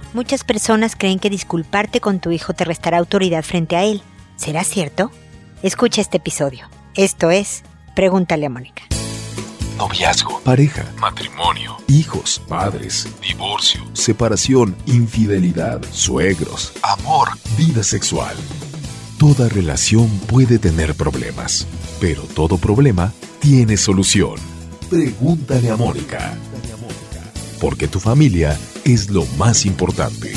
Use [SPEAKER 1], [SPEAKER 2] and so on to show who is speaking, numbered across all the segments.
[SPEAKER 1] Muchas personas creen que disculparte con tu hijo te restará autoridad frente a él. ¿Será cierto? Escucha este episodio. Esto es Pregúntale a Mónica.
[SPEAKER 2] Noviazgo, pareja, matrimonio, hijos, padres, divorcio, separación, infidelidad, suegros, amor, vida sexual. Toda relación puede tener problemas, pero todo problema tiene solución. Pregúntale a Mónica. Porque tu familia es lo más importante.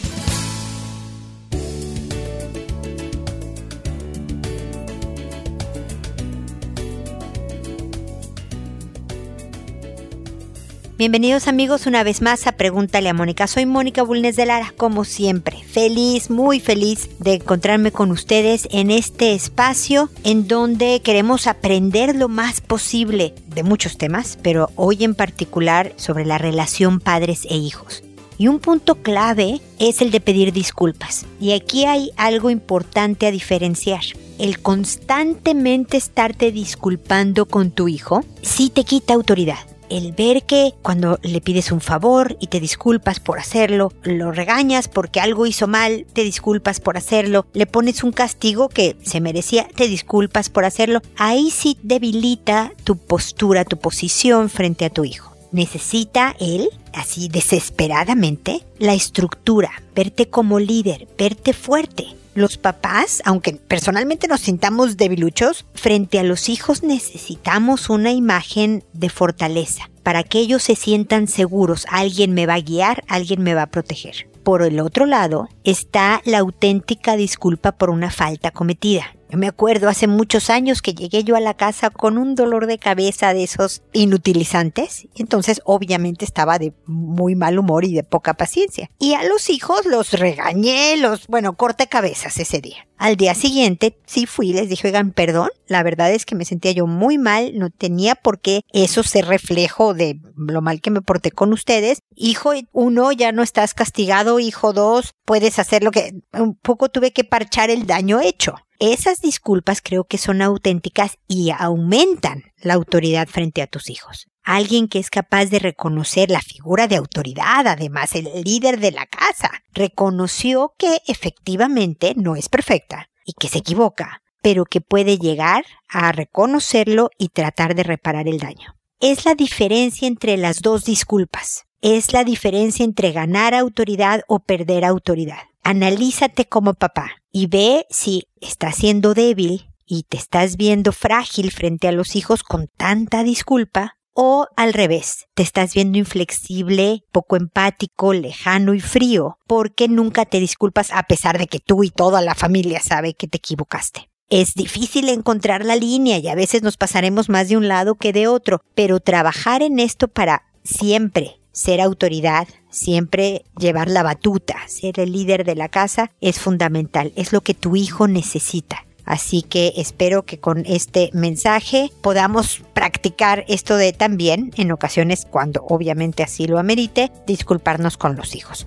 [SPEAKER 1] Bienvenidos amigos una vez más a Pregúntale a Mónica. Soy Mónica Bulnes de Lara, como siempre. Feliz, muy feliz de encontrarme con ustedes en este espacio en donde queremos aprender lo más posible de muchos temas, pero hoy en particular sobre la relación padres e hijos. Y un punto clave es el de pedir disculpas. Y aquí hay algo importante a diferenciar. El constantemente estarte disculpando con tu hijo sí te quita autoridad. El ver que cuando le pides un favor y te disculpas por hacerlo, lo regañas porque algo hizo mal, te disculpas por hacerlo, le pones un castigo que se merecía, te disculpas por hacerlo, ahí sí debilita tu postura, tu posición frente a tu hijo. Necesita él, así desesperadamente, la estructura, verte como líder, verte fuerte. Los papás, aunque personalmente nos sintamos debiluchos, frente a los hijos necesitamos una imagen de fortaleza para que ellos se sientan seguros. Alguien me va a guiar, alguien me va a proteger. Por el otro lado está la auténtica disculpa por una falta cometida. Yo me acuerdo hace muchos años que llegué yo a la casa con un dolor de cabeza de esos inutilizantes. Entonces obviamente estaba de muy mal humor y de poca paciencia. Y a los hijos los regañé, corté cabezas ese día. Al día siguiente sí fui y les dije, oigan, perdón, la verdad es que me sentía yo muy mal, no tenía por qué eso ser reflejo de lo mal que me porté con ustedes. Hijo 1, ya no estás castigado, hijo 2, puedes hacer lo que... Un poco tuve que parchar el daño hecho. Esas disculpas creo que son auténticas y aumentan la autoridad frente a tus hijos. Alguien que es capaz de reconocer la figura de autoridad, además el líder de la casa, reconoció que efectivamente no es perfecta y que se equivoca, pero que puede llegar a reconocerlo y tratar de reparar el daño. Es la diferencia entre las dos disculpas. Es la diferencia entre ganar autoridad o perder autoridad. Analízate como papá y ve si estás siendo débil y te estás viendo frágil frente a los hijos con tanta disculpa, o al revés, te estás viendo inflexible, poco empático, lejano y frío porque nunca te disculpas a pesar de que tú y toda la familia sabe que te equivocaste. Es difícil encontrar la línea y a veces nos pasaremos más de un lado que de otro, pero trabajar en esto para siempre ser autoridad, siempre llevar la batuta, ser el líder de la casa es fundamental, es lo que tu hijo necesita. Así que espero que con este mensaje podamos practicar esto de también, en ocasiones cuando obviamente así lo amerite, disculparnos con los hijos.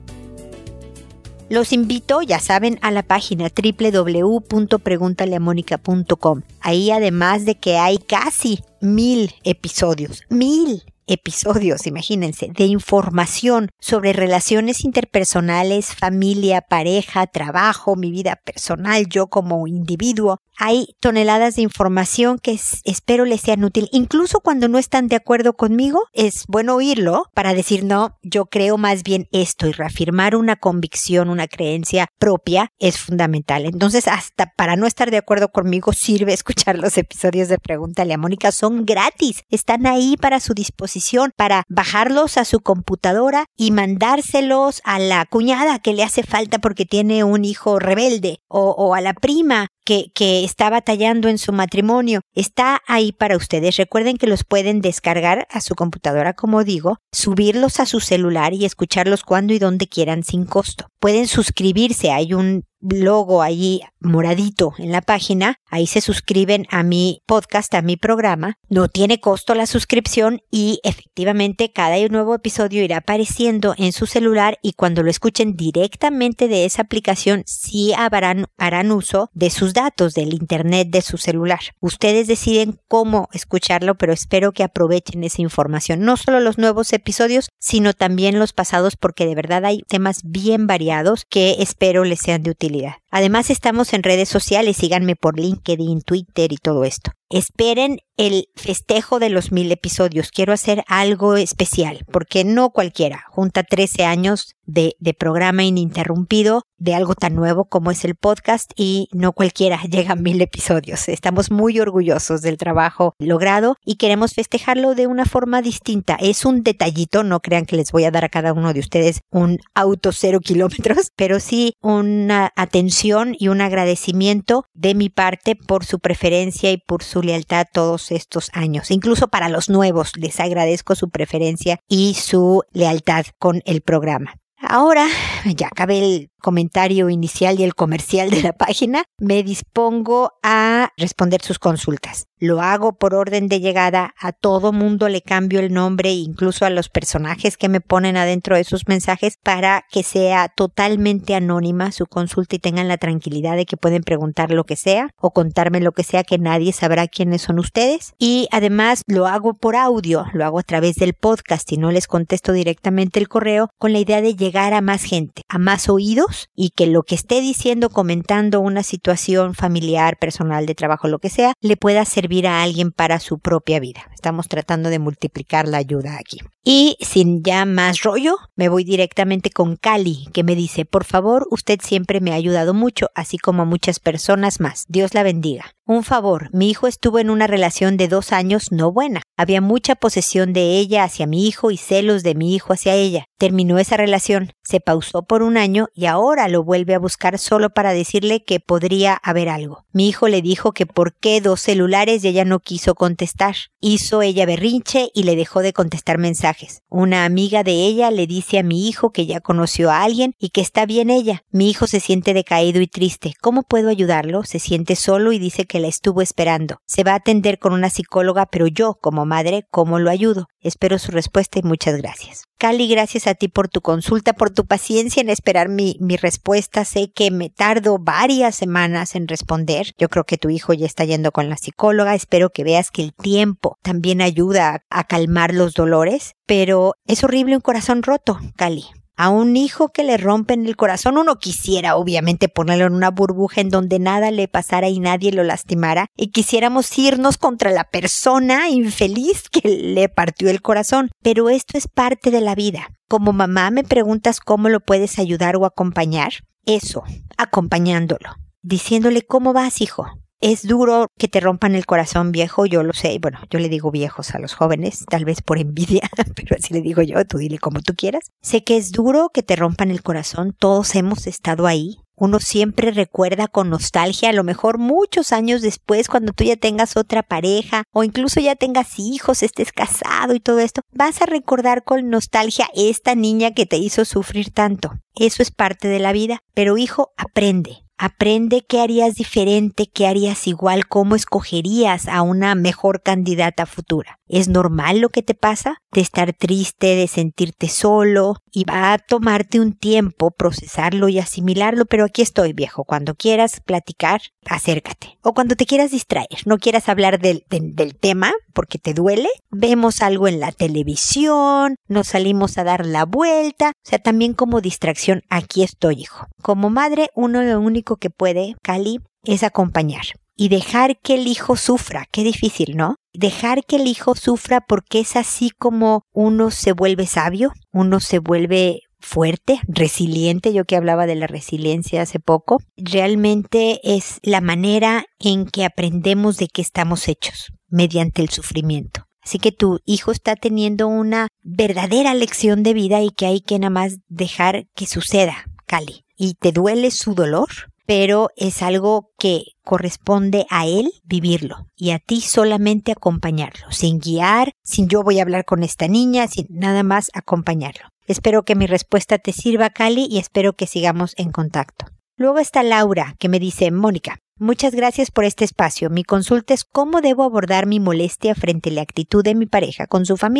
[SPEAKER 1] Los invito, ya saben, a la página www.preguntaleamónica.com. Ahí además de que hay casi 1000 episodios, imagínense, de información sobre relaciones interpersonales, familia, pareja, trabajo, mi vida personal, yo como individuo. Hay toneladas de información que espero les sean útil. Incluso cuando no están de acuerdo conmigo, es bueno oírlo para decir, no, yo creo más bien esto, y reafirmar una convicción, una creencia propia es fundamental. Entonces, hasta para no estar de acuerdo conmigo, sirve escuchar los episodios de Pregúntale a Mónica. Son gratis, están ahí para su disposición, para bajarlos a su computadora y mandárselos a la cuñada que le hace falta porque tiene un hijo rebelde, o a la prima que está batallando en su matrimonio. Está ahí para ustedes. Recuerden que los pueden descargar a su computadora, como digo, subirlos a su celular y escucharlos cuando y donde quieran sin costo. Pueden suscribirse, hay un logo allí moradito en la página, ahí se suscriben a mi podcast, a mi programa, no tiene costo la suscripción y efectivamente cada nuevo episodio irá apareciendo en su celular y cuando lo escuchen directamente de esa aplicación sí harán uso de sus sus datos del internet de su celular. Ustedes deciden cómo escucharlo, pero espero que aprovechen esa información. No solo los nuevos episodios, sino también los pasados, porque de verdad hay temas bien variados que espero les sean de utilidad. Además, estamos en redes sociales, síganme por LinkedIn, Twitter y todo esto. Esperen el festejo de los 1000 episodios. Quiero hacer algo especial, porque no cualquiera junta 13 años de programa ininterrumpido, de algo tan nuevo como es el podcast, y no cualquiera llega a 1000 episodios. Estamos muy orgullosos del trabajo logrado y queremos festejarlo de una forma distinta. Es un detallito, no crean que les voy a dar a cada uno de ustedes un auto 0 kilómetros, pero sí una atención y un agradecimiento de mi parte por su preferencia y por su lealtad todos estos años. Incluso para los nuevos les agradezco su preferencia y su lealtad con el programa. Ahora, ya acabé el comentario inicial y el comercial de la página, me dispongo a responder sus consultas. Lo hago por orden de llegada, a todo mundo le cambio el nombre, incluso a los personajes que me ponen adentro de sus mensajes, para que sea totalmente anónima su consulta y tengan la tranquilidad de que pueden preguntar lo que sea o contarme lo que sea, que nadie sabrá quiénes son ustedes. Y además lo hago por audio, lo hago a través del podcast y no les contesto directamente el correo, con la idea de llegar a más gente, a más oídos, y que lo que esté diciendo, comentando una situación familiar, personal, de trabajo, lo que sea, le pueda servir a alguien para su propia vida. Estamos tratando de multiplicar la ayuda aquí. Y sin ya más rollo, me voy directamente con Cali, que me dice: por favor, usted siempre me ha ayudado mucho, así como a muchas personas más. Dios la bendiga. Un favor, mi hijo estuvo en una relación de 2 años no buena. Había mucha posesión de ella hacia mi hijo y celos de mi hijo hacia ella. Terminó esa relación, se pausó por 1 año y ahora lo vuelve a buscar solo para decirle que podría haber algo. Mi hijo le dijo que por qué 2 celulares y ella no quiso contestar. Hizo ella berrinche y le dejó de contestar mensajes. Una amiga de ella le dice a mi hijo que ya conoció a alguien y que está bien ella. Mi hijo se siente decaído y triste. ¿Cómo puedo ayudarlo? Se siente solo y dice que la estuvo esperando. Se va a atender con una psicóloga, pero yo, como madre, ¿cómo lo ayudo? Espero su respuesta y muchas gracias. Cali, gracias a ti por tu consulta, por tu paciencia en esperar mi respuesta. Sé que me tardo varias semanas en responder. Yo creo que tu hijo ya está yendo con la psicóloga. Espero que veas que el tiempo también ayuda a calmar los dolores. Pero es horrible un corazón roto, Cali. A un hijo que le rompen el corazón, uno quisiera obviamente ponerlo en una burbuja en donde nada le pasara y nadie lo lastimara, y quisiéramos irnos contra la persona infeliz que le partió el corazón, pero esto es parte de la vida. Como mamá me preguntas cómo lo puedes ayudar o acompañar. Eso, acompañándolo, diciéndole: ¿cómo vas, hijo? Es duro que te rompan el corazón, viejo, yo lo sé. Bueno, yo le digo viejos a los jóvenes, tal vez por envidia, pero así le digo yo, tú dile como tú quieras. Sé que es duro que te rompan el corazón, todos hemos estado ahí. Uno siempre recuerda con nostalgia, a lo mejor muchos años después, cuando tú ya tengas otra pareja o incluso ya tengas hijos, estés casado y todo esto, vas a recordar con nostalgia esta niña que te hizo sufrir tanto. Eso es parte de la vida, pero hijo, aprende. Aprende qué harías diferente, qué harías igual, cómo escogerías a una mejor candidata futura. ¿Es normal lo que te pasa? De estar triste, de sentirte solo, y va a tomarte un tiempo procesarlo y asimilarlo, pero aquí estoy, viejo. Cuando quieras platicar, acércate. O cuando te quieras distraer, no quieras hablar del tema porque te duele, vemos algo en la televisión, nos salimos a dar la vuelta, o sea, también como distracción, aquí estoy, hijo. Como madre, uno lo único que puede, Cali, es acompañar y dejar que el hijo sufra. Qué difícil, ¿no? Dejar que el hijo sufra, porque es así como uno se vuelve sabio, uno se vuelve fuerte, resiliente. Yo que hablaba de la resiliencia hace poco, realmente es la manera en que aprendemos de qué estamos hechos, mediante el sufrimiento. Así que tu hijo está teniendo una verdadera lección de vida y que hay que nada más dejar que suceda, Cali. Y te duele su dolor, pero es algo que corresponde a él vivirlo y a ti solamente acompañarlo, sin guiar, sin yo voy a hablar con esta niña, sin nada más acompañarlo. Espero que mi respuesta te sirva, Cali, y espero que sigamos en contacto. Luego está Laura, que me dice: Mónica, muchas gracias por este espacio. Mi consulta es: ¿cómo debo abordar mi molestia frente a la actitud de mi pareja con su familia?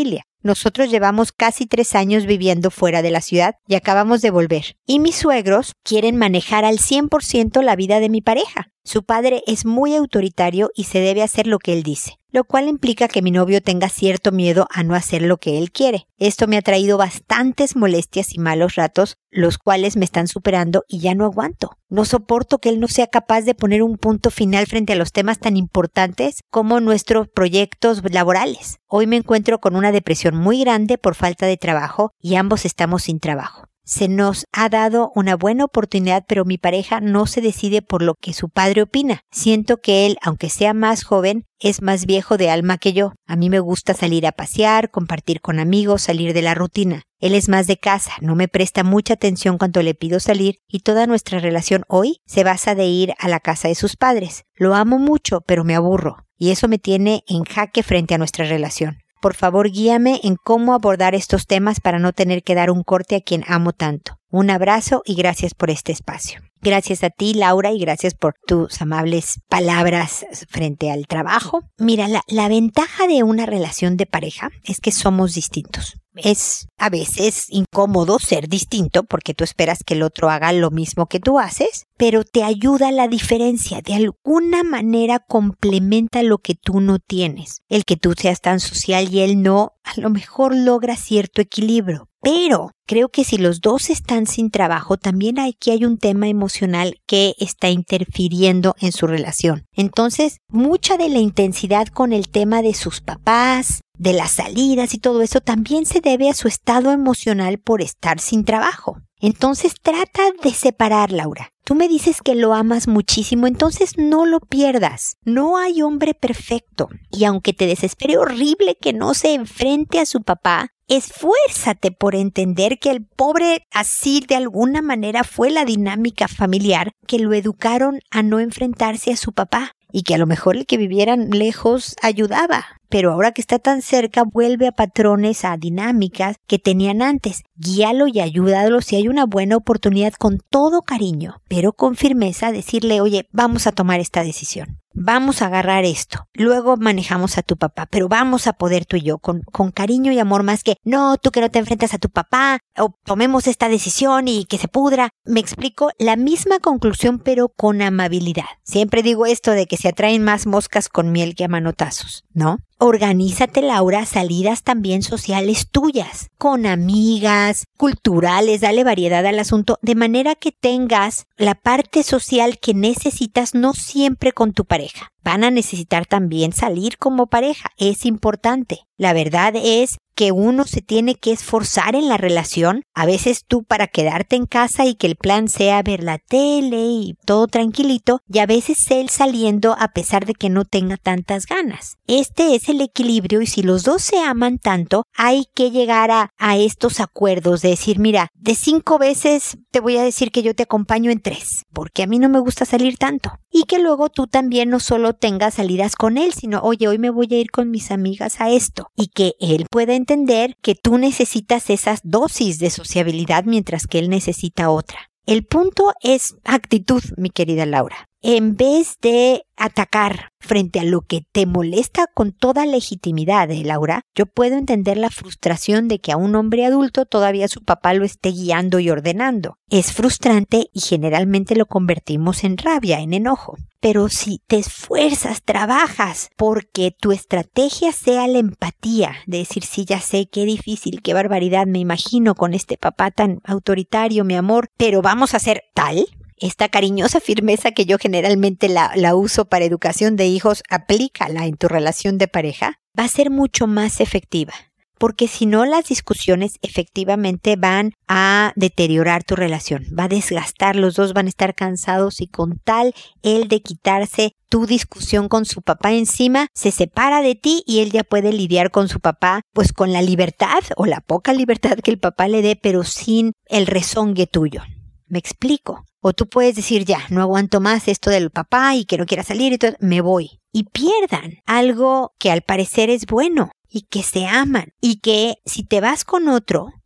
[SPEAKER 1] Nosotros llevamos casi 3 años viviendo fuera de la ciudad y acabamos de volver. Y mis suegros quieren manejar al 100% la vida de mi pareja. Su padre es muy autoritario y se debe hacer lo que él dice, lo cual implica que mi novio tenga cierto miedo a no hacer lo que él quiere. Esto me ha traído bastantes molestias y malos ratos, los cuales me están superando y ya no aguanto. No soporto que él no sea capaz de poner un punto final frente a los temas tan importantes como nuestros proyectos laborales. Hoy me encuentro con una depresión muy grande por falta de trabajo y ambos estamos sin trabajo. Se nos ha dado una buena oportunidad, pero mi pareja no se decide por lo que su padre opina. Siento que él, aunque sea más joven, es más viejo de alma que yo. A mí me gusta salir a pasear, compartir con amigos, salir de la rutina. Él es más de casa, no me presta mucha atención cuando le pido salir y toda nuestra relación hoy se basa de ir a la casa de sus padres. Lo amo mucho, pero me aburro y eso me tiene en jaque frente a nuestra relación. Por favor, guíame en cómo abordar estos temas para no tener que dar un corte a quien amo tanto. Un abrazo y gracias por este espacio. Gracias a ti, Laura, y gracias por tus amables palabras frente al trabajo. Mira, la ventaja de una relación de pareja es que somos distintos. Es a veces incómodo ser distinto porque tú esperas que el otro haga lo mismo que tú haces, pero te ayuda la diferencia. De alguna manera complementa lo que tú no tienes. El que tú seas tan social y él no, a lo mejor logra cierto equilibrio. Pero creo que si los dos están sin trabajo, también aquí hay un tema emocional que está interfiriendo en su relación. Entonces, mucha de la intensidad con el tema de sus papás, de las salidas y todo eso, también se debe a su estado emocional por estar sin trabajo. Entonces, trata de separar, Laura. Tú me dices que lo amas muchísimo, entonces no lo pierdas. No hay hombre perfecto. Y aunque te desespere horrible que no se enfrente a su papá, esfuérzate por entender que el pobre así de alguna manera fue la dinámica familiar que lo educaron a no enfrentarse a su papá y que a lo mejor el que vivieran lejos ayudaba. Pero ahora que está tan cerca vuelve a patrones, a dinámicas que tenían antes. Guíalo y ayúdalo si hay una buena oportunidad con todo cariño, pero con firmeza decirle, oye, vamos a tomar esta decisión. Vamos a agarrar esto. Luego manejamos a tu papá, pero vamos a poder tú y yo con cariño y amor más que, no, tú que no te enfrentas a tu papá, o tomemos esta decisión y que se pudra. Me explico, la misma conclusión pero con amabilidad. Siempre digo esto de que se atraen más moscas con miel que a manotazos, ¿no? Organízate, Laura, salidas también sociales tuyas, con amigas, culturales, dale variedad al asunto, de manera que tengas la parte social que necesitas no siempre con tu pareja. Van a necesitar también salir como pareja, es importante. La verdad es que uno se tiene que esforzar en la relación, a veces tú para quedarte en casa y que el plan sea ver la tele y todo tranquilito, y a veces él saliendo a pesar de que no tenga tantas ganas. Este es el equilibrio y si los dos se aman tanto, hay que llegar a estos acuerdos de decir, mira, de 5 veces te voy a decir que yo te acompaño en 3, porque a mí no me gusta salir tanto. Y que luego tú también no solo tengas salidas con él, sino, oye, hoy me voy a ir con mis amigas a esto. Y que él pueda entender que tú necesitas esas dosis de sociabilidad mientras que él necesita otra. El punto es actitud, mi querida Laura. En vez de atacar frente a lo que te molesta con toda legitimidad, Laura, yo puedo entender la frustración de que a un hombre adulto todavía su papá lo esté guiando y ordenando. Es frustrante y generalmente lo convertimos en rabia, en enojo. Pero si te esfuerzas, trabajas porque tu estrategia sea la empatía, de decir, sí, ya sé, qué difícil, qué barbaridad, me imagino con este papá tan autoritario, mi amor, pero vamos a hacer tal. Esta cariñosa firmeza que yo generalmente la uso para educación de hijos, aplícala en tu relación de pareja, va a ser mucho más efectiva. Porque si no, las discusiones efectivamente van a deteriorar tu relación, va a desgastar, los dos van a estar cansados y con tal él de quitarse tu discusión con su papá encima, se separa de ti y él ya puede lidiar con su papá, pues con la libertad o la poca libertad que el papá le dé, pero sin el rezongue tuyo. ¿Me explico? O tú puedes decir, ya, no aguanto más esto del papá y que no quiera salir y todo, me voy. Y pierdan algo que al parecer es bueno y que se aman. Y que si te vas con otro,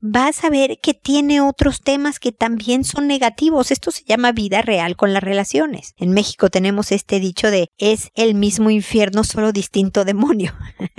[SPEAKER 1] vas a ver que tiene otros temas que también son negativos. Esto se llama vida real con las relaciones. En México tenemos este dicho de es el mismo infierno, solo distinto demonio,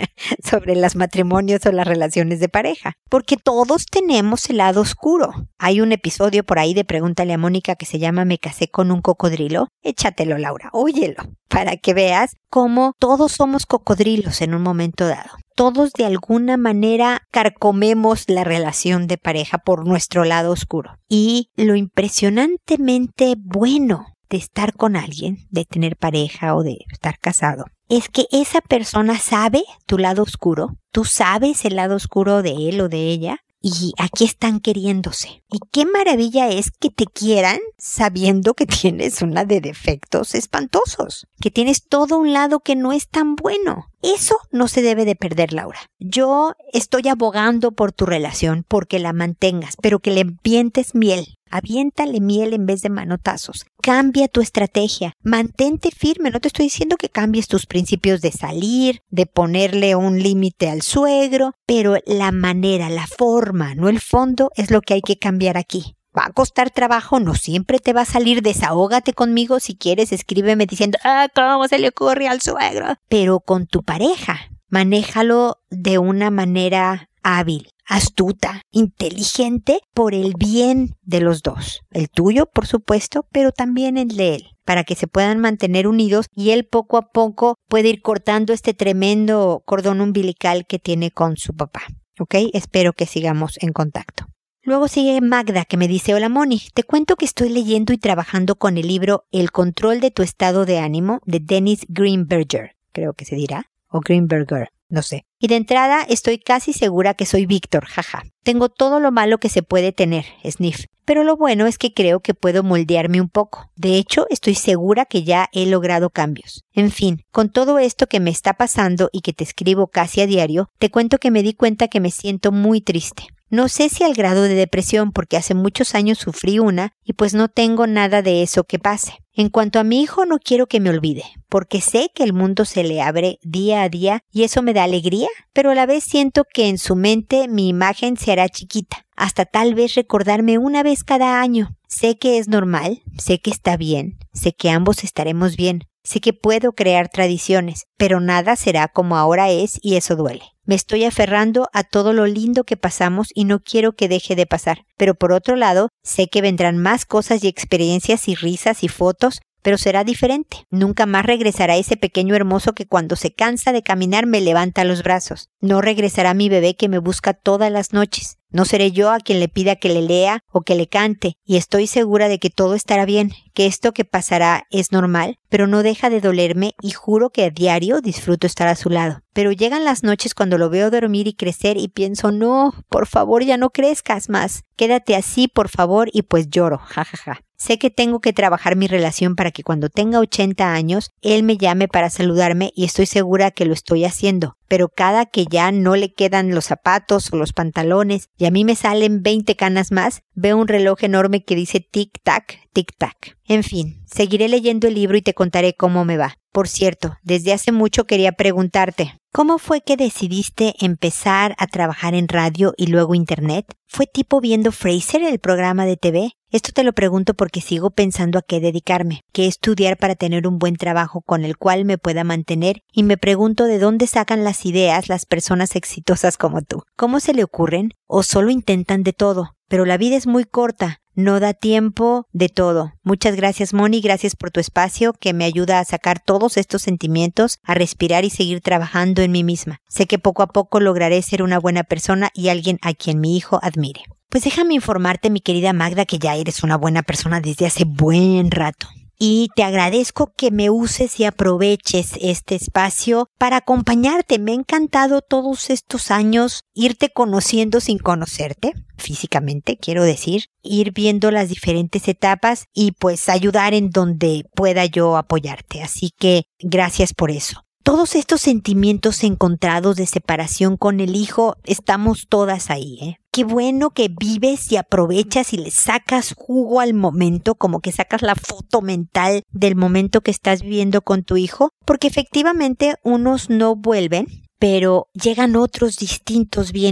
[SPEAKER 1] sobre los matrimonios o las relaciones de pareja. Porque todos tenemos el lado oscuro. Hay un episodio por ahí de Pregúntale a Mónica que se llama Me casé con un cocodrilo. Échatelo, Laura, óyelo, para que veas cómo todos somos cocodrilos en un momento dado. Todos de alguna manera carcomemos la relación de pareja por nuestro lado oscuro. Y lo impresionantemente bueno de estar con alguien, de tener pareja o de estar casado, es que esa persona sabe tu lado oscuro, tú sabes el lado oscuro de él o de ella, y aquí están queriéndose. Y qué maravilla es que te quieran sabiendo que tienes una de defectos espantosos, que tienes todo un lado que no es tan bueno. Eso no se debe de perder, Laura. Yo estoy abogando por tu relación, porque la mantengas, pero que le avientes miel. Aviéntale miel en vez de manotazos. Cambia tu estrategia. Mantente firme. No te estoy diciendo que cambies tus principios de salir, de ponerle un límite al suegro, pero la manera, la forma, no el fondo, es lo que hay que cambiar aquí. Va a costar trabajo, no siempre te va a salir. Desahógate conmigo si quieres, escríbeme diciendo, ¿cómo se le ocurre al suegro? Pero con tu pareja, manéjalo de una manera hábil, astuta, inteligente, por el bien de los dos. El tuyo, por supuesto, pero también el de él, para que se puedan mantener unidos y él poco a poco puede ir cortando este tremendo cordón umbilical que tiene con su papá. ¿Ok? Espero que sigamos en contacto. Luego sigue Magda, que me dice, hola Moni, te cuento que estoy leyendo y trabajando con el libro El control de tu estado de ánimo de Dennis Greenberger, creo que se dirá, o Greenberger, no sé. Y de entrada estoy casi segura que soy Víctor, jaja. Tengo todo lo malo que se puede tener, sniff. Pero lo bueno es que creo que puedo moldearme un poco. De hecho, estoy segura que ya he logrado cambios. En fin, con todo esto que me está pasando y que te escribo casi a diario, te cuento que me di cuenta que me siento muy triste. No sé si al grado de depresión, porque hace muchos años sufrí una y pues no tengo nada de eso que pase. En cuanto a mi hijo, no quiero que me olvide, porque sé que el mundo se le abre día a día y eso me da alegría, pero a la vez siento que en su mente mi imagen se hará chiquita, hasta tal vez recordarme una vez cada año. Sé que es normal, sé que está bien, sé que ambos estaremos bien, sé que puedo crear tradiciones, pero nada será como ahora es y eso duele. Me estoy aferrando a todo lo lindo que pasamos y no quiero que deje de pasar. Pero por otro lado, sé que vendrán más cosas y experiencias y risas y fotos, pero será diferente. Nunca más regresará ese pequeño hermoso que cuando se cansa de caminar me levanta los brazos. No regresará mi bebé que me busca todas las noches. No seré yo a quien le pida que le lea o que le cante, y estoy segura de que todo estará bien, que esto que pasará es normal, pero no deja de dolerme y juro que a diario disfruto estar a su lado. Pero llegan las noches cuando lo veo dormir y crecer y pienso, no, por favor ya no crezcas más, quédate así por favor, y pues lloro, jajaja. Sé que tengo que trabajar mi relación para que cuando tenga 80 años, él me llame para saludarme y estoy segura que lo estoy haciendo. Pero cada que ya no le quedan los zapatos o los pantalones y a mí me salen 20 canas más, veo un reloj enorme que dice tic-tac, tic-tac. En fin, seguiré leyendo el libro y te contaré cómo me va. Por cierto, desde hace mucho quería preguntarte, ¿cómo fue que decidiste empezar a trabajar en radio y luego internet? ¿Fue tipo viendo Frasier, el programa de TV? Esto te lo pregunto porque sigo pensando a qué dedicarme, qué estudiar para tener un buen trabajo con el cual me pueda mantener y me pregunto de dónde sacan las ideas las personas exitosas como tú. ¿Cómo se le ocurren? ¿O solo intentan de todo? Pero la vida es muy corta. No da tiempo de todo. Muchas gracias, Moni, gracias por tu espacio que me ayuda a sacar todos estos sentimientos, a respirar y seguir trabajando en mí misma. Sé que poco a poco lograré ser una buena persona y alguien a quien mi hijo admire. Pues déjame informarte, mi querida Magda, que ya eres una buena persona desde hace buen rato. Y te agradezco que me uses y aproveches este espacio para acompañarte. Me ha encantado todos estos años irte conociendo sin conocerte, físicamente, quiero decir, ir viendo las diferentes etapas y pues ayudar en donde pueda yo apoyarte. Así que gracias por eso. Todos estos sentimientos encontrados de separación con el hijo, estamos todas ahí, ¿eh? Qué bueno que vives y aprovechas y le sacas jugo al momento, como que sacas la foto mental del momento que estás viviendo con tu hijo, porque efectivamente unos no vuelven, pero llegan otros distintos bien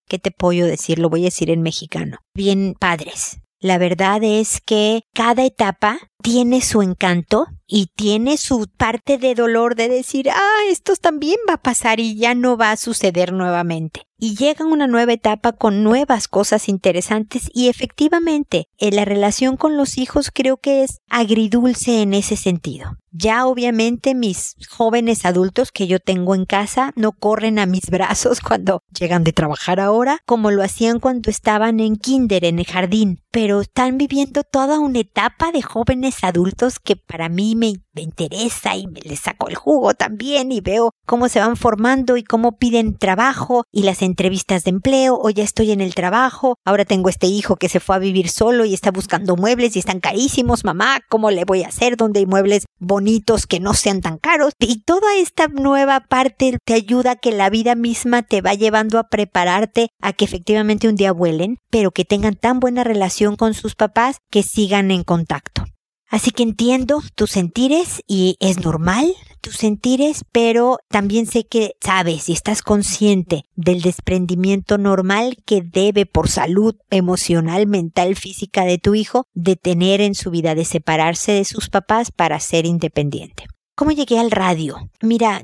[SPEAKER 1] ¿qué te puedo decir? Lo voy a decir en mexicano. Bien padres. La verdad es que cada etapa tiene su encanto y tiene su parte de dolor de decir, esto también va a pasar y ya no va a suceder nuevamente. Y llega una nueva etapa con nuevas cosas interesantes y efectivamente, la relación con los hijos creo que es agridulce en ese sentido. Ya obviamente mis jóvenes adultos que yo tengo en casa no corren a mis brazos cuando llegan de trabajar ahora, como lo hacían cuando estaban en kinder, en el jardín, pero están viviendo toda una etapa de jóvenes adultos que para mí me interesa y me les saco el jugo también y veo cómo se van formando y cómo piden trabajo y las entrevistas de empleo, o ya estoy en el trabajo, ahora tengo este hijo que se fue a vivir solo y está buscando muebles y están carísimos, mamá, ¿cómo le voy a hacer? ¿Dónde hay muebles bonitos que no sean tan caros? Y toda esta nueva parte te ayuda a que la vida misma te va llevando a prepararte a que efectivamente un día vuelen, pero que tengan tan buena relación con sus papás que sigan en contacto. Así que entiendo tus sentires y es normal tus sentires, pero también sé que sabes y estás consciente del desprendimiento normal que debe por salud emocional, mental, física de tu hijo de tener en su vida, de separarse de sus papás para ser independiente. ¿Cómo llegué al radio? Mira,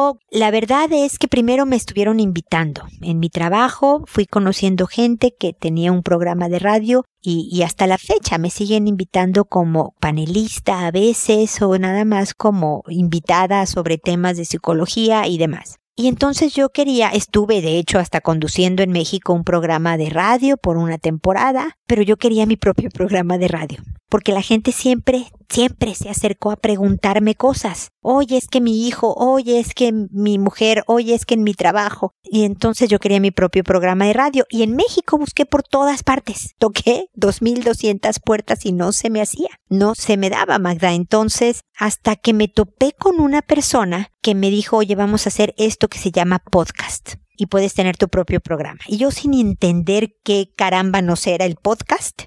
[SPEAKER 1] la verdad es que primero me estuvieron invitando. En mi trabajo fui conociendo gente que tenía un programa de radio y hasta la fecha me siguen invitando como panelista a veces o nada más como invitada sobre temas de psicología y demás. Y entonces estuve de hecho hasta conduciendo en México un programa de radio por una temporada, pero yo quería mi propio programa de radio, porque la gente siempre se acercó a preguntarme cosas. Oye, es que mi hijo, oye, es que mi mujer, oye, es que en mi trabajo. Y entonces yo quería mi propio programa de radio. Y en México busqué por todas partes. Toqué 2,200 puertas y no se me hacía. No se me daba, Magda. Entonces, hasta que me topé con una persona que me dijo, oye, vamos a hacer esto que se llama podcast. Y puedes tener tu propio programa. Y yo sin entender qué caramba no era el podcast,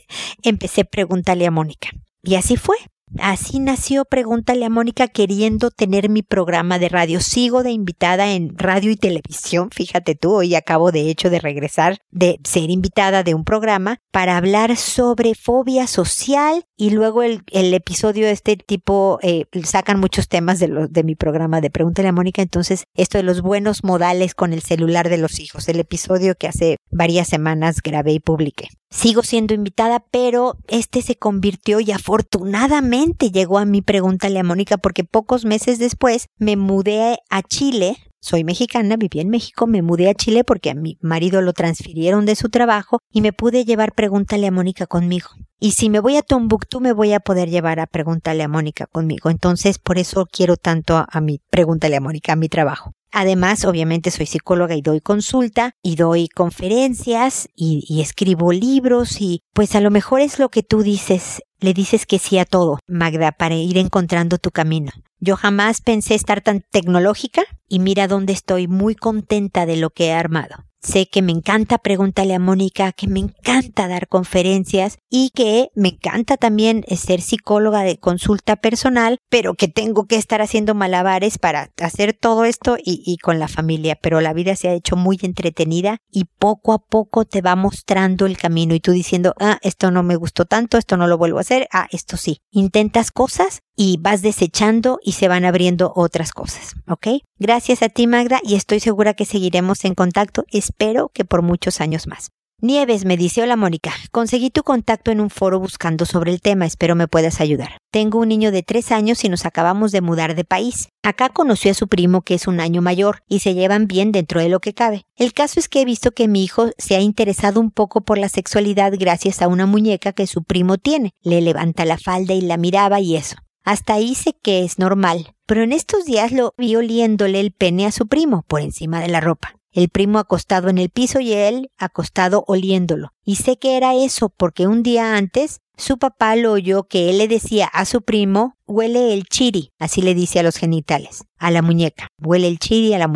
[SPEAKER 1] empecé Pregúntale a Mónica. Y así fue. Así nació Pregúntale a Mónica queriendo tener mi programa de radio. Sigo de invitada en radio y televisión, fíjate tú, hoy acabo de hecho de regresar de ser invitada de un programa para hablar sobre fobia social y luego el episodio de este tipo sacan muchos temas de mi programa de Pregúntale a Mónica, entonces esto de los buenos modales con el celular de los hijos, el episodio que hace varias semanas grabé y publiqué. Sigo siendo invitada, pero se convirtió y afortunadamente llegó a mí Pregúntale a Mónica porque pocos meses después me mudé a Chile. Soy mexicana, viví en México, me mudé a Chile porque a mi marido lo transfirieron de su trabajo y me pude llevar Pregúntale a Mónica conmigo. Y si me voy a Tombuctú me voy a poder llevar a Pregúntale a Mónica conmigo. Entonces, por eso quiero tanto a mi Pregúntale a Mónica, a mi trabajo. Además, obviamente soy psicóloga y doy consulta y doy conferencias y escribo libros y pues a lo mejor es lo que tú dices, le dices que sí a todo, Magda, para ir encontrando tu camino. Yo jamás pensé estar tan tecnológica y mira dónde estoy, muy contenta de lo que he armado. Sé que me encanta Pregúntale a Mónica, que me encanta dar conferencias y que me encanta también ser psicóloga de consulta personal, pero que tengo que estar haciendo malabares para hacer todo esto y con la familia. Pero la vida se ha hecho muy entretenida y poco a poco te va mostrando el camino y tú diciendo, esto no me gustó tanto, esto no lo vuelvo a hacer, esto sí. Intentas cosas y vas desechando y se van abriendo otras cosas, ¿ok? Gracias a ti, Magda, y estoy segura que seguiremos en contacto, espero que por muchos años más. Nieves, me dice, hola Mónica, conseguí tu contacto en un foro buscando sobre el tema, espero me puedas ayudar. Tengo un niño de 3 años y nos acabamos de mudar de país. Acá conoció a su primo que es un año mayor y se llevan bien dentro de lo que cabe. El caso es que he visto que mi hijo se ha interesado un poco por la sexualidad gracias a una muñeca que su primo tiene. Le levanta la falda y la miraba y eso. Hasta ahí sé que es normal, pero en estos días lo vi oliéndole el pene a su primo por encima de la ropa. El primo acostado en el piso y él acostado oliéndolo. Y sé que era eso porque un día antes su papá lo oyó que él le decía a su primo, huele el chiri, así le dice a los genitales, a la muñeca, huele el chiri a la muñeca.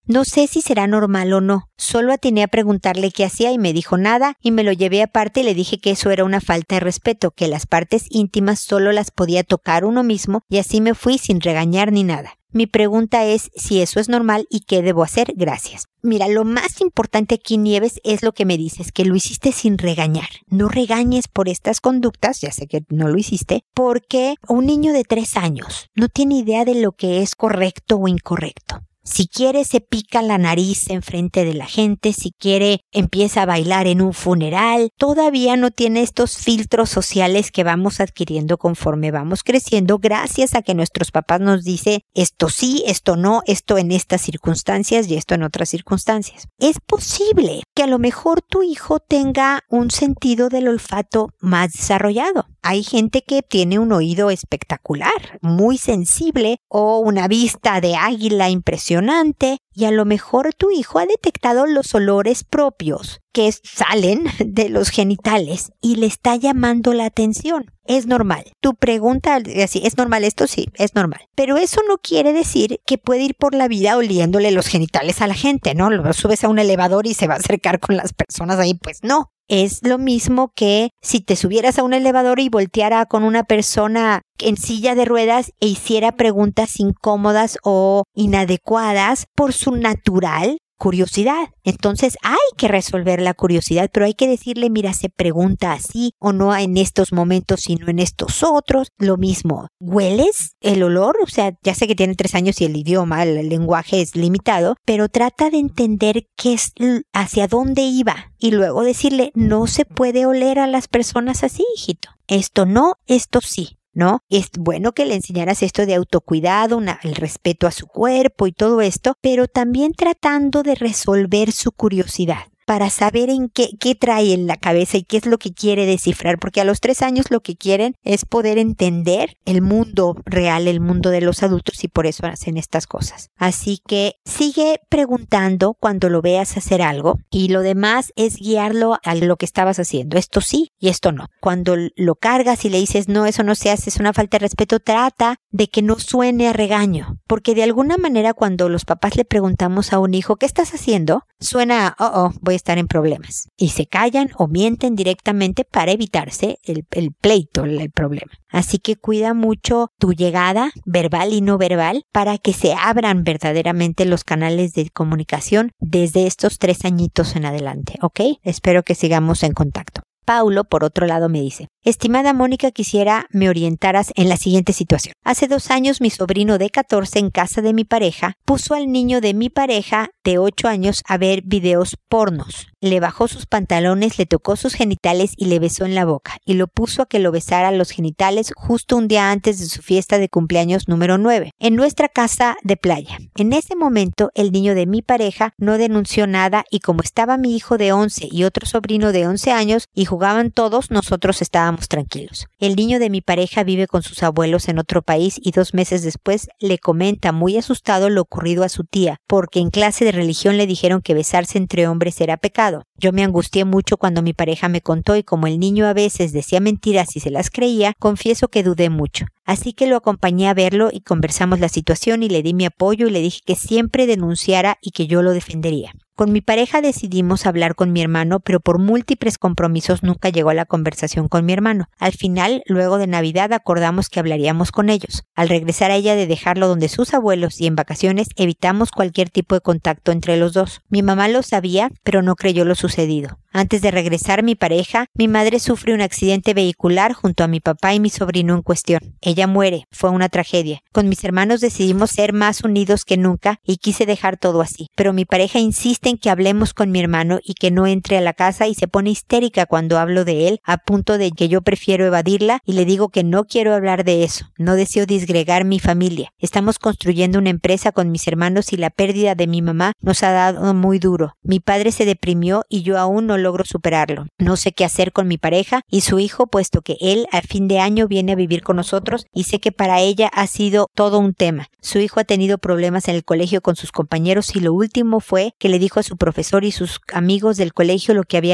[SPEAKER 1] No sé si será normal o no. Solo atiné a preguntarle qué hacía y me dijo nada y me lo llevé aparte y le dije que eso era una falta de respeto, que las partes íntimas solo las podía tocar uno mismo y así me fui sin regañar ni nada. Mi pregunta es si eso es normal y qué debo hacer. Gracias. Mira, lo más importante aquí, Nieves, es lo que me dices, que lo hiciste sin regañar. No regañes por estas conductas, ya sé que no lo hiciste, porque un niño de 3 años no tiene idea de lo que es correcto o incorrecto. Si quiere se pica la nariz enfrente de la gente, si quiere empieza a bailar en un funeral, todavía no tiene estos filtros sociales que vamos adquiriendo conforme vamos creciendo gracias a que nuestros papás nos dicen esto sí, esto no, esto en estas circunstancias y esto en otras circunstancias. Es posible que a lo mejor tu hijo tenga un sentido del olfato más desarrollado. Hay gente que tiene un oído espectacular, muy sensible o una vista de águila impresionante y a lo mejor tu hijo ha detectado los olores propios que salen de los genitales y le está llamando la atención. Es normal. Tu pregunta, así, ¿es normal esto? Sí, es normal. Pero eso no quiere decir que puede ir por la vida oliéndole los genitales a la gente, ¿no? Lo subes a un elevador y se va a acercar con las personas ahí, pues no. Es lo mismo que si te subieras a un elevador y volteara con una persona en silla de ruedas e hiciera preguntas incómodas o inadecuadas por su natural curiosidad. Entonces hay que resolver la curiosidad, pero hay que decirle, mira, se pregunta así o no en estos momentos, sino en estos otros. Lo mismo, ¿hueles el olor? O sea, ya sé que tiene 3 años y el idioma, el lenguaje es limitado, pero trata de entender qué es, hacia dónde iba y luego decirle, no se puede oler a las personas así, hijito. Esto no, esto sí. ¿No? Es bueno que le enseñaras esto de autocuidado, el respeto a su cuerpo y todo esto, pero también tratando de resolver su curiosidad para saber en qué trae en la cabeza y qué es lo que quiere descifrar, porque a los 3 años lo que quieren es poder entender el mundo real, el mundo de los adultos y por eso hacen estas cosas. Así que sigue preguntando cuando lo veas hacer algo y lo demás es guiarlo a lo que estabas haciendo. Esto sí y esto no. Cuando lo cargas y le dices no, eso no se hace, es una falta de respeto, trata de que no suene a regaño, porque de alguna manera cuando los papás le preguntamos a un hijo ¿qué estás haciendo? Suena a voy a estar en problemas. Y se callan o mienten directamente para evitarse el pleito, el problema. Así que cuida mucho tu llegada, verbal y no verbal, para que se abran verdaderamente los canales de comunicación desde estos 3 añitos en adelante, ¿ok? Espero que sigamos en contacto. Paulo, por otro lado, me dice, estimada Mónica, quisiera me orientaras en la siguiente situación. Hace 2 años mi sobrino de 14 en casa de mi pareja puso al niño de mi pareja de 8 años a ver videos pornos. Le bajó sus pantalones, le tocó sus genitales y le besó en la boca y lo puso a que lo besara los genitales justo un día antes de su fiesta de cumpleaños número 9 en nuestra casa de playa. En ese momento el niño de mi pareja no denunció nada y como estaba mi hijo de 11 y otro sobrino de 11 años y jugaban todos, nosotros estábamos tranquilos. El niño de mi pareja vive con sus abuelos en otro país y 2 meses después le comenta muy asustado lo ocurrido a su tía, porque en clase de religión le dijeron que besarse entre hombres era pecado. Yo me angustié mucho cuando mi pareja me contó y como el niño a veces decía mentiras y se las creía, confieso que dudé mucho. Así que lo acompañé a verlo y conversamos la situación y le di mi apoyo y le dije que siempre denunciara y que yo lo defendería. Con mi pareja decidimos hablar con mi hermano, pero por múltiples compromisos nunca llegó a la conversación con mi hermano. Al final, luego de Navidad, acordamos que hablaríamos con ellos. Al regresar a ella de dejarlo donde sus abuelos y en vacaciones, evitamos cualquier tipo de contacto entre los dos. Mi mamá lo sabía, pero no creyó lo sucedido. Antes de regresar mi pareja, mi madre sufre un accidente vehicular junto a mi papá y mi sobrino en cuestión. Ella muere, fue una tragedia. Con mis hermanos decidimos ser más unidos que nunca y quise dejar todo así. Pero mi pareja insiste en que hablemos con mi hermano y que no entre a la casa y se pone histérica cuando hablo de él, a punto de que yo prefiero evadirla y le digo que no quiero hablar de eso. No deseo disgregar mi familia. Estamos construyendo una empresa con mis hermanos y la pérdida de mi mamá nos ha dado muy duro. Mi padre se deprimió y yo aún no logro superarlo. No sé qué hacer con mi pareja y su hijo, puesto que él a fin de año viene a vivir con nosotros y sé que para ella ha sido todo un tema. Su hijo ha tenido problemas en el colegio con sus compañeros y lo último fue que le dijo a su profesor y sus amigos del colegio lo que había hecho.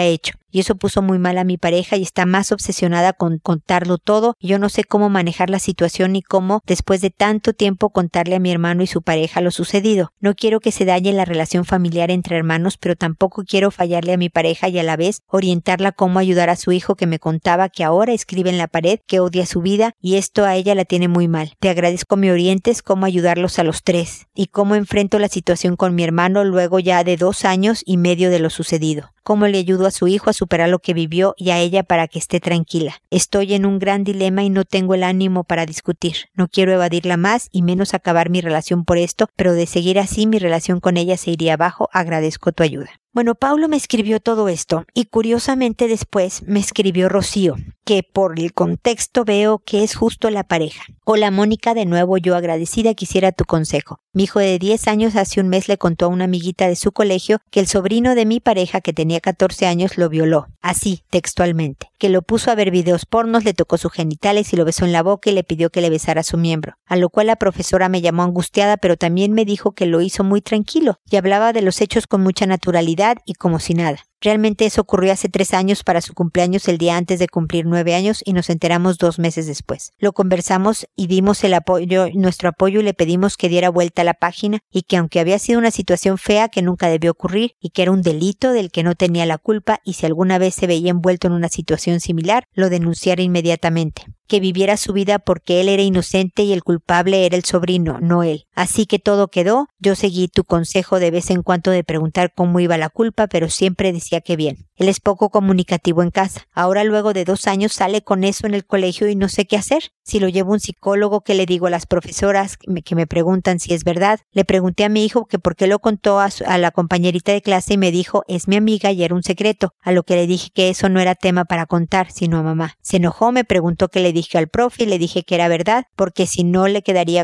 [SPEAKER 1] y eso puso muy mal a mi pareja y está más obsesionada con contarlo todo. Yo no sé cómo manejar la situación ni cómo, después de tanto tiempo, contarle a mi hermano y su pareja lo sucedido. No quiero que se dañe la relación familiar entre hermanos, pero tampoco quiero fallarle a mi pareja y a la vez orientarla cómo ayudar a su hijo que me contaba que ahora escribe en la pared que odia su vida y esto a ella la tiene muy mal. Te agradezco me orientes cómo ayudarlos a los tres y cómo enfrento la situación con mi hermano luego ya de 2 años y medio de lo sucedido. Cómo le ayudo a su hijo a superar lo que vivió y a ella para que esté tranquila. Estoy en un gran dilema y no tengo el ánimo para discutir. No quiero evadirla más y menos acabar mi relación por esto, pero de seguir así mi relación con ella se iría abajo. Agradezco tu ayuda. Bueno, Paulo me escribió todo esto y curiosamente después me escribió Rocío, que por el contexto veo que es justo la pareja. Hola Mónica, de nuevo yo agradecida quisiera tu consejo. Mi hijo de 10 años hace un mes le contó a una amiguita de su colegio que el sobrino de mi pareja que tenía 14 años lo violó, así textualmente, que lo puso a ver videos pornos, le tocó sus genitales y lo besó en la boca y le pidió que le besara su miembro, a lo cual la profesora me llamó angustiada pero también me dijo que lo hizo muy tranquilo y hablaba de los hechos con mucha naturalidad y como si nada. Realmente eso ocurrió hace 3 años para su cumpleaños el día antes de cumplir 9 años y nos enteramos 2 meses después. Lo conversamos y dimos nuestro apoyo y le pedimos que diera vuelta a la página y que aunque había sido una situación fea que nunca debió ocurrir y que era un delito del que no tenía la culpa y si alguna vez se veía envuelto en una situación similar, lo denunciara inmediatamente. Que viviera su vida porque él era inocente y el culpable era el sobrino, no él. Así que todo quedó. Yo seguí tu consejo de vez en cuando de preguntar cómo iba la culpa, pero siempre decía que bien. Él es poco comunicativo en casa. Ahora luego de 2 años sale con eso en el colegio y no sé qué hacer. Si lo llevo a un psicólogo, ¿qué le digo a las profesoras que me preguntan si es verdad? Le pregunté a mi hijo que por qué lo contó a la compañerita de clase y me dijo, es mi amiga y era un secreto. A lo que le dije que eso no era tema para contar, sino a mamá. Se enojó, me preguntó qué le dije al profe y le dije que era verdad, porque si no él quedaría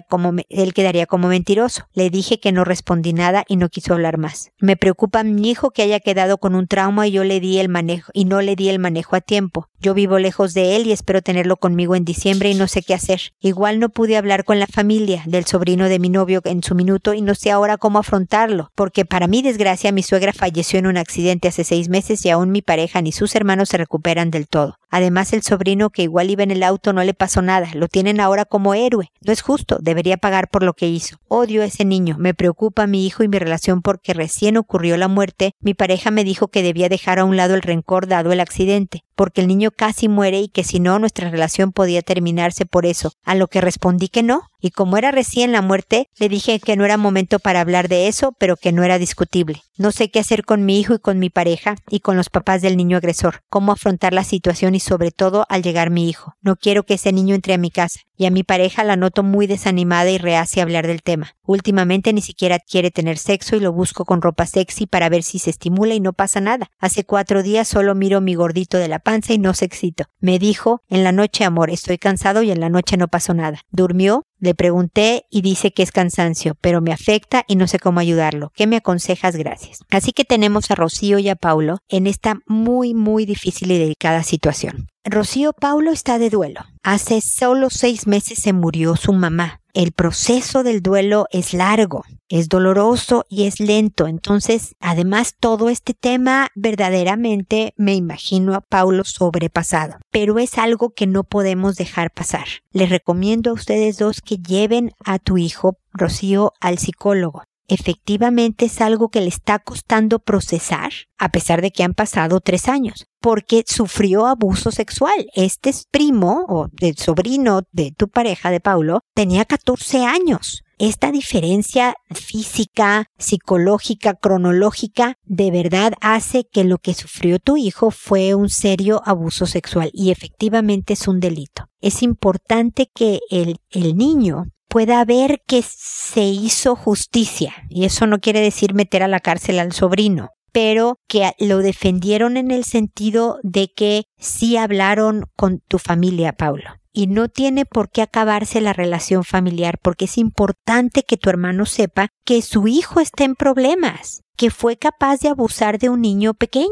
[SPEAKER 1] como mentiroso. Le dije que no respondí nada y no quiso hablar más. Me preocupa a mi hijo que haya quedado con un trauma y no le di el manejo a tiempo. Yo vivo lejos de él y espero tenerlo conmigo en diciembre y no sé qué hacer. Igual no pude hablar con la familia del sobrino de mi novio en su minuto y no sé ahora cómo afrontarlo, porque para mi desgracia mi suegra falleció en un accidente hace 6 meses y aún mi pareja ni sus hermanos se recuperan del todo. Además el sobrino que igual iba en el auto no le pasó nada, lo tienen ahora como héroe. No es justo, debería pagar por lo que hizo. Odio a ese niño, me preocupa mi hijo y mi relación porque recién ocurrió la muerte. Mi pareja me dijo que debía dejar a un lado el rencor dado el accidente, porque el niño casi muere y que si no nuestra relación podía terminarse por eso, a lo que respondí que no. Y como era recién la muerte, le dije que no era momento para hablar de eso, pero que no era discutible. No sé qué hacer con mi hijo y con mi pareja y con los papás del niño agresor, cómo afrontar la situación y sobre todo al llegar mi hijo. No quiero que ese niño entre a mi casa. Y a mi pareja la noto muy desanimada y reacia a hablar del tema. Últimamente ni siquiera quiere tener sexo y lo busco con ropa sexy para ver si se estimula y no pasa nada. Hace 4 días solo miro mi gordito de la panza y no se excito. Me dijo, en la noche amor, estoy cansado y en la noche no pasó nada. ¿Durmió? Le pregunté y dice que es cansancio, pero me afecta y no sé cómo ayudarlo. ¿Qué me aconsejas? Gracias. Así que tenemos a Rocío y a Paulo en esta muy, muy difícil y delicada situación. Paulo está de duelo. Hace solo 6 meses se murió su mamá. El proceso del duelo es largo, es doloroso y es lento. Entonces, además, todo este tema verdaderamente me imagino a Paulo sobrepasado. Pero es algo que no podemos dejar pasar. Les recomiendo a ustedes dos que lleven a tu hijo, Rocío, al psicólogo. Efectivamente es algo que le está costando procesar, a pesar de que han pasado 3 años, porque sufrió abuso sexual. Este primo o el sobrino de tu pareja, de Paulo, tenía 14 años. Esta diferencia física, psicológica, cronológica, de verdad hace que lo que sufrió tu hijo fue un serio abuso sexual y efectivamente es un delito. Es importante que el niño pueda ver que se hizo justicia, y eso no quiere decir meter a la cárcel al sobrino, pero que lo defendieron en el sentido de que sí hablaron con tu familia, Paulo. Y no tiene por qué acabarse la relación familiar, porque es importante que tu hermano sepa que su hijo está en problemas, que fue capaz de abusar de un niño pequeño.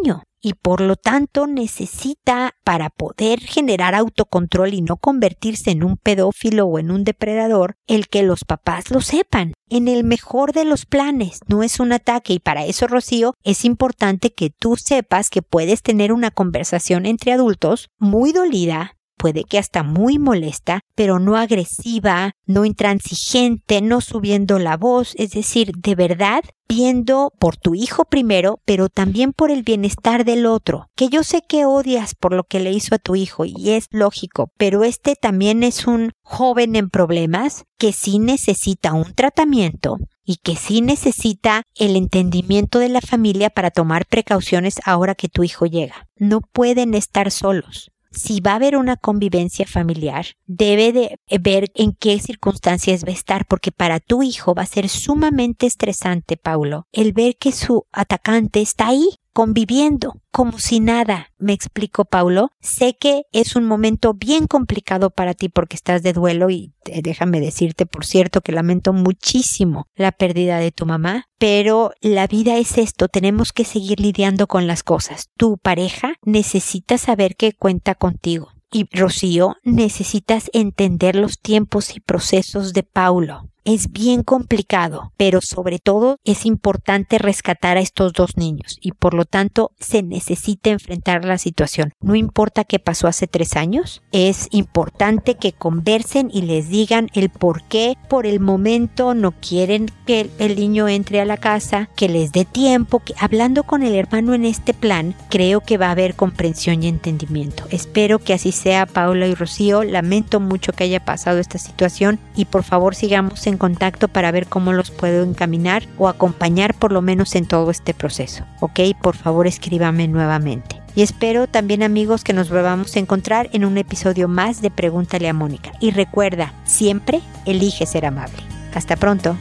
[SPEAKER 1] y por lo tanto necesita, para poder generar autocontrol y no convertirse en un pedófilo o en un depredador, el que los papás lo sepan. En el mejor de los planes, no es un ataque, y para eso, Rocío, es importante que tú sepas que puedes tener una conversación entre adultos muy dolida, puede que hasta muy molesta, pero no agresiva, no intransigente, no subiendo la voz, es decir, de verdad, viendo por tu hijo primero, pero también por el bienestar del otro, que yo sé que odias por lo que le hizo a tu hijo y es lógico, pero este también es un joven en problemas que sí necesita un tratamiento y que sí necesita el entendimiento de la familia para tomar precauciones ahora que tu hijo llega. No pueden estar solos. Si va a haber una convivencia familiar, debe de ver en qué circunstancias va a estar, porque para tu hijo va a ser sumamente estresante, Paulo, el ver que su atacante está ahí, conviviendo, como si nada. ¿Me explico, Paulo? Sé que es un momento bien complicado para ti porque estás de duelo y déjame decirte, por cierto, que lamento muchísimo la pérdida de tu mamá, pero la vida es esto, tenemos que seguir lidiando con las cosas. Tu pareja necesita saber que cuenta contigo. Y Rocío, necesitas entender los tiempos y procesos de Paulo. Es bien complicado, pero sobre todo es importante rescatar a estos dos niños y por lo tanto se necesita enfrentar la situación. No importa qué pasó hace 3 años, es importante que conversen y les digan el por qué por el momento no quieren que el niño entre a la casa, que les dé tiempo, que hablando con el hermano en este plan, creo que va a haber comprensión y entendimiento. Espero que así sea, Paula y Rocío. Lamento mucho que haya pasado esta situación y por favor sigamos en contacto para ver cómo los puedo encaminar o acompañar por lo menos en todo este proceso. ¿Ok? Por favor, escríbame nuevamente. Y espero también, amigos, que nos volvamos a encontrar en un episodio más de Pregúntale a Mónica. Y recuerda, siempre elige ser amable. Hasta pronto.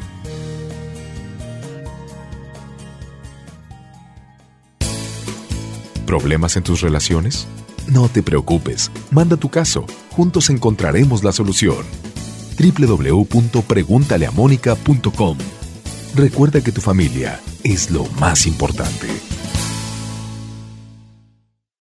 [SPEAKER 2] ¿Problemas en tus relaciones? No te preocupes. Manda tu caso. Juntos encontraremos la solución. www.preguntaleamónica.com. Recuerda que tu familia es lo más importante.